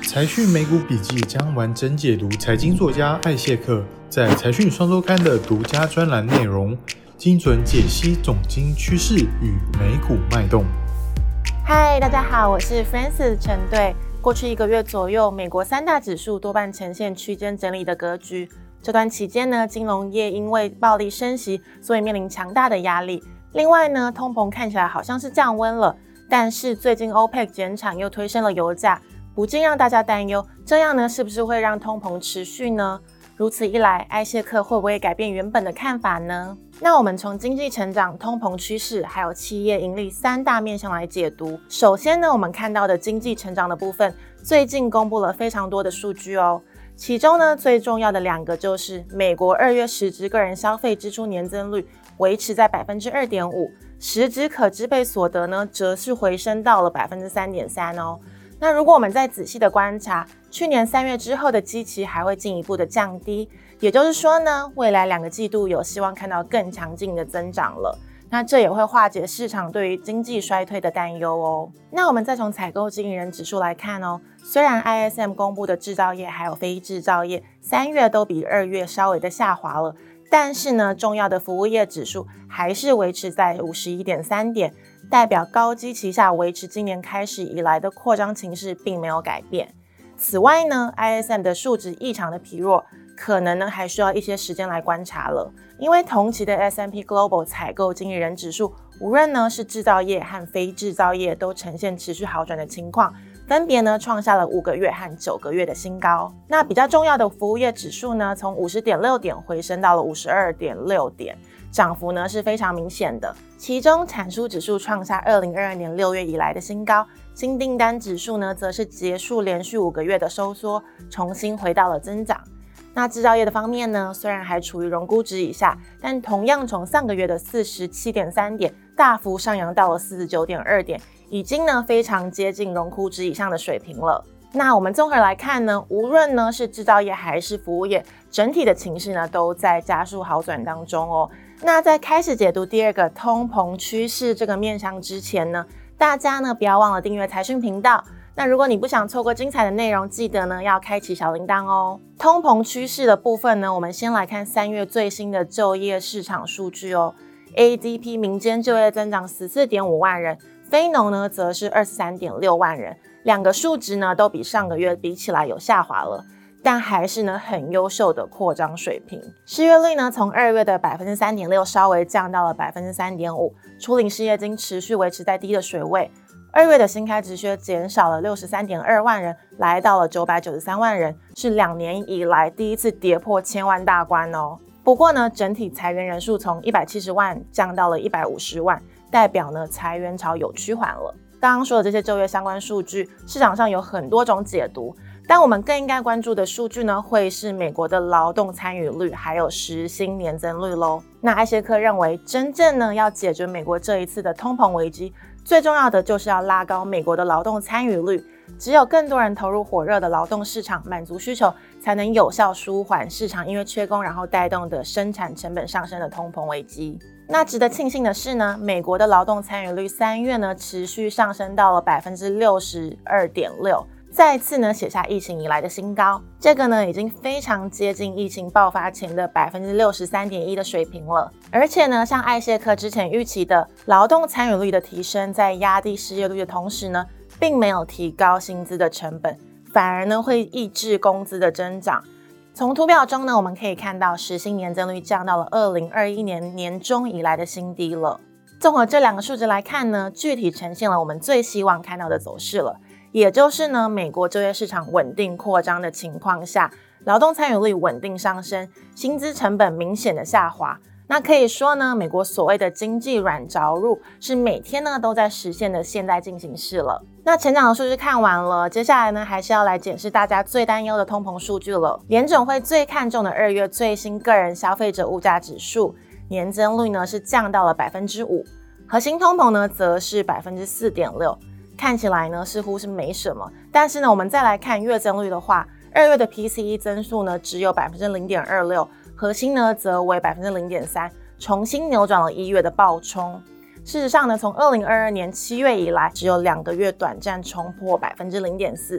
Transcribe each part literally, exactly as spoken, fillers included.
财讯美股笔记将完整解读财经作家艾谢克在财讯双周刊的独家专栏内容，精准解析总经趋势与美股脉动。 嗨，大家好，我是 Francis 陈队。过去一个月左右，美国三大指数多半呈现区间整理的格局。这段期间呢，金融业因为暴力升息，所以面临强大的压力。另外呢，通膨看起来好像是降温了，但是最近 OPEC 减产又推升了油价，不禁让大家担忧，这样呢是不是会让通膨持续呢？如此一来，艾谢克会不会改变原本的看法呢？那我们从经济成长、通膨趋势，还有企业盈利三大面向来解读。首先呢，我们看到的经济成长的部分，最近公布了非常多的数据哦。其中呢，最重要的两个就是美国二月实质个人消费支出年增率维持在 百分之二点五， 实质可支配所得呢，则是回升到了 百分之三点三 哦。那如果我们再仔细的观察，去年三月之后的基期还会进一步的降低，也就是说呢，未来两个季度有希望看到更强劲的增长了。那这也会化解市场对于经济衰退的担忧哦。那我们再从采购经理人指数来看哦，虽然 I S M 公布的制造业还有非制造业三月都比二月稍微的下滑了，但是呢，重要的服务业指数还是维持在 五十一点三点，代表高基期下维持今年开始以来的扩张情势并没有改变。此外呢 I S M 的数值异常的疲弱，可能呢还需要一些时间来观察了，因为同期的 S and P Global 采购经理人指数，无论呢是制造业和非制造业都呈现持续好转的情况，分别呢创下了五个月和九个月的新高。那比较重要的服务业指数呢，从 五十点六点回升到了 五十二点六点，涨幅呢是非常明显的。其中产出指数创下二零二二年六月以来的新高，新订单指数呢则是结束连续五个月的收缩，重新回到了增长。那制造业的方面呢，虽然还处于荣估值以下，但同样从上个月的 四十七点三点大幅上扬到了 四十九点二点，已经呢非常接近荣估值以上的水平了。那我们综合来看呢，无论呢是制造业还是服务业，整体的情势呢都在加速好转当中哦。那在开始解读第二个通膨趋势这个面向之前呢，大家呢不要忘了订阅财讯频道。那如果你不想错过精彩的内容，记得呢要开启小铃铛哦。通膨趋势的部分呢，我们先来看三月最新的就业市场数据哦。A D P 民间就业增长 十四点五万人，非农呢则是 二十三点六万人，两个数值呢都比上个月比起来有下滑了，但还是呢很优秀的扩张水平。失业率呢从二月的 百分之三点六 稍微降到了 百分之三点五， 初领失业金持续维持在低的水位。二月的新开职缺减少了 六十三点二万人，来到了九百九十三万人，是两年以来第一次跌破千万大关哦。不过呢，整体裁员人数从一百七十万降到了一百五十万，代表呢裁员潮有趋缓了。刚刚说的这些就业相关数据，市场上有很多种解读，但我们更应该关注的数据呢，会是美国的劳动参与率还有时薪年增率咯。那艾谢克认为，真正呢要解决美国这一次的通膨危机，最重要的就是要拉高美国的劳动参与率，只有更多人投入火热的劳动市场，满足需求，才能有效舒缓市场因为缺工然后带动的生产成本上升的通膨危机。那值得庆幸的是呢，美国的劳动参与率三月呢持续上升到了 百分之六十二点六， 再次呢写下疫情以来的新高，这个呢已经非常接近疫情爆发前的 百分之六十三点一 的水平了。而且呢，像艾谢克之前预期的，劳动参与率的提升在压低失业率的同时呢，并没有提高薪资的成本，反而呢会抑制工资的增长。从图表中呢，我们可以看到时薪年增率降到了二零二一年年中以来的新低了。综合这两个数值来看呢，具体呈现了我们最希望看到的走势了，也就是呢，美国就业市场稳定扩张的情况下，劳动参与率稳定上升，薪资成本明显的下滑。那可以说呢，美国所谓的经济软着陆是每天呢都在实现的现在进行式了。那成长的数据看完了，接下来呢还是要来检视大家最担忧的通膨数据了。联准会最看重的二月最新个人消费者物价指数年增率呢是降到了 百分之五， 核心通膨呢则是 百分之四点六， 看起来呢似乎是没什么，但是呢我们再来看月增率的话，二月的 P C E 增速呢只有 百分之零点二六，核心呢则为 百分之零点三， 重新扭转了一月的暴冲。事实上呢，从二零二二年七月以来，只有两个月短暂冲破 百分之零点四，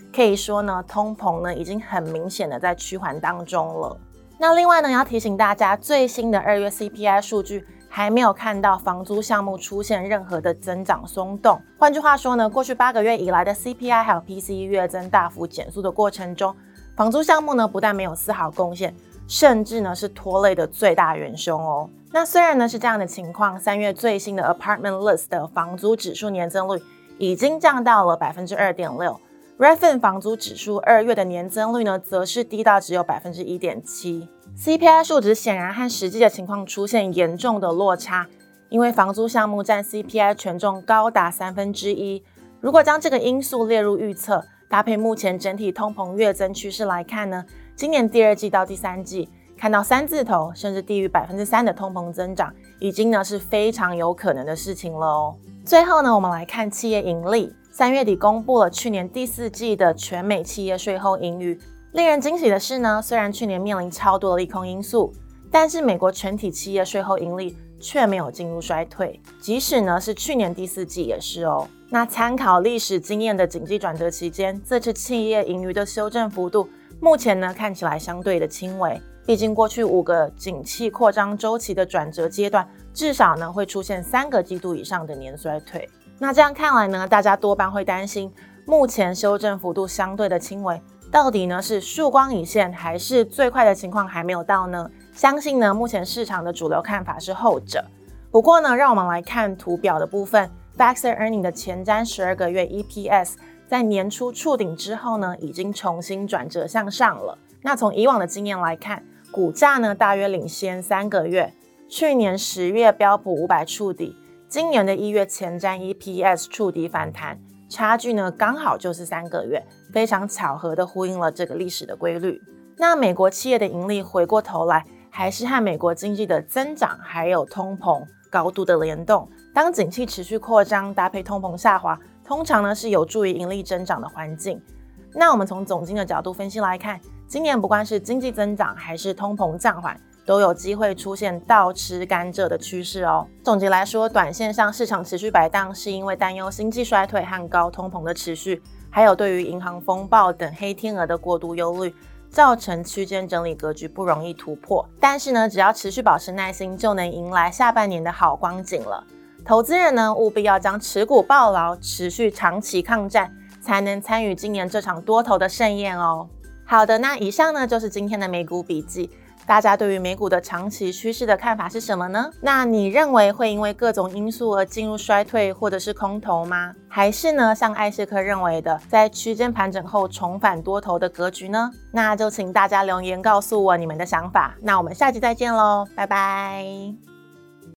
可以说呢，通膨呢已经很明显的在趋缓当中了。那另外呢，要提醒大家，最新的二月 C P I 数据还没有看到房租项目出现任何的增长松动。换句话说呢，过去八个月以来的 C P I 还有 P C E 月增大幅减速的过程中，房租项目呢不但没有丝毫贡献，甚至呢是拖累的最大元凶哦。那虽然呢是这样的情况，三月最新的 Apartment List 的房租指数年增率已经降到了 百分之二点六。Redfin 房租指数二月的年增率呢，则是低到只有 百分之一点七。C P I 数值显然和实际的情况出现严重的落差，因为房租项目占 C P I 权重高达三分之一。如果将这个因素列入预测，搭配目前整体通膨月增趋势来看呢，今年第二季到第三季看到三字头甚至低于 百分之三 的通膨增长，已经呢是非常有可能的事情了哦。最后呢，我们来看企业盈利。三月底公布了去年第四季的全美企业税后盈余。令人惊喜的是呢，虽然去年面临超多的利空因素，但是美国全体企业税后盈利却没有进入衰退，即使呢是去年第四季也是哦。那参考历史经验的景气转折期间，这次企业盈余的修正幅度目前呢看起来相对的轻微，毕竟过去五个景气扩张周期的转折阶段，至少呢会出现三个季度以上的年衰退。那这样看来呢，大家多半会担心，目前修正幅度相对的轻微，到底呢是曙光已现，还是最快的情况还没有到呢？相信呢，目前市场的主流看法是后者。不过呢，让我们来看图表的部分 ，FactSet Earning 的前瞻十二个月 E P S 在年初触顶之后呢，已经重新转折向上了。那从以往的经验来看，股价呢大约领先三个月，去年十月标普五百触底。今年的一月前瞻 E P S 触底反弹，差距呢刚好就是三个月，非常巧合的呼应了这个历史的规律。那美国企业的盈利回过头来，还是和美国经济的增长还有通膨高度的联动。当景气持续扩张，搭配通膨下滑，通常呢是有助于盈利增长的环境。那我们从总经的角度分析来看，今年不管是经济增长还是通膨暂缓，都有机会出现倒吃甘蔗的趋势哦。总结来说，短线上市场持续摆荡，是因为担忧经济衰退和高通膨的持续，还有对于银行风暴等黑天鹅的过度忧虑，造成区间整理格局不容易突破。但是呢，只要持续保持耐心，就能迎来下半年的好光景了。投资人呢，务必要将持股抱牢，持续长期抗战，才能参与今年这场多头的盛宴哦。好的，那以上呢就是今天的美股笔记。大家对于美股的长期趋势的看法是什么呢？那你认为会因为各种因素而进入衰退或者是空头吗？还是呢，像艾谢克认为的，在区间盘整后重返多头的格局呢？那就请大家留言告诉我你们的想法。那我们下期再见喽，拜拜。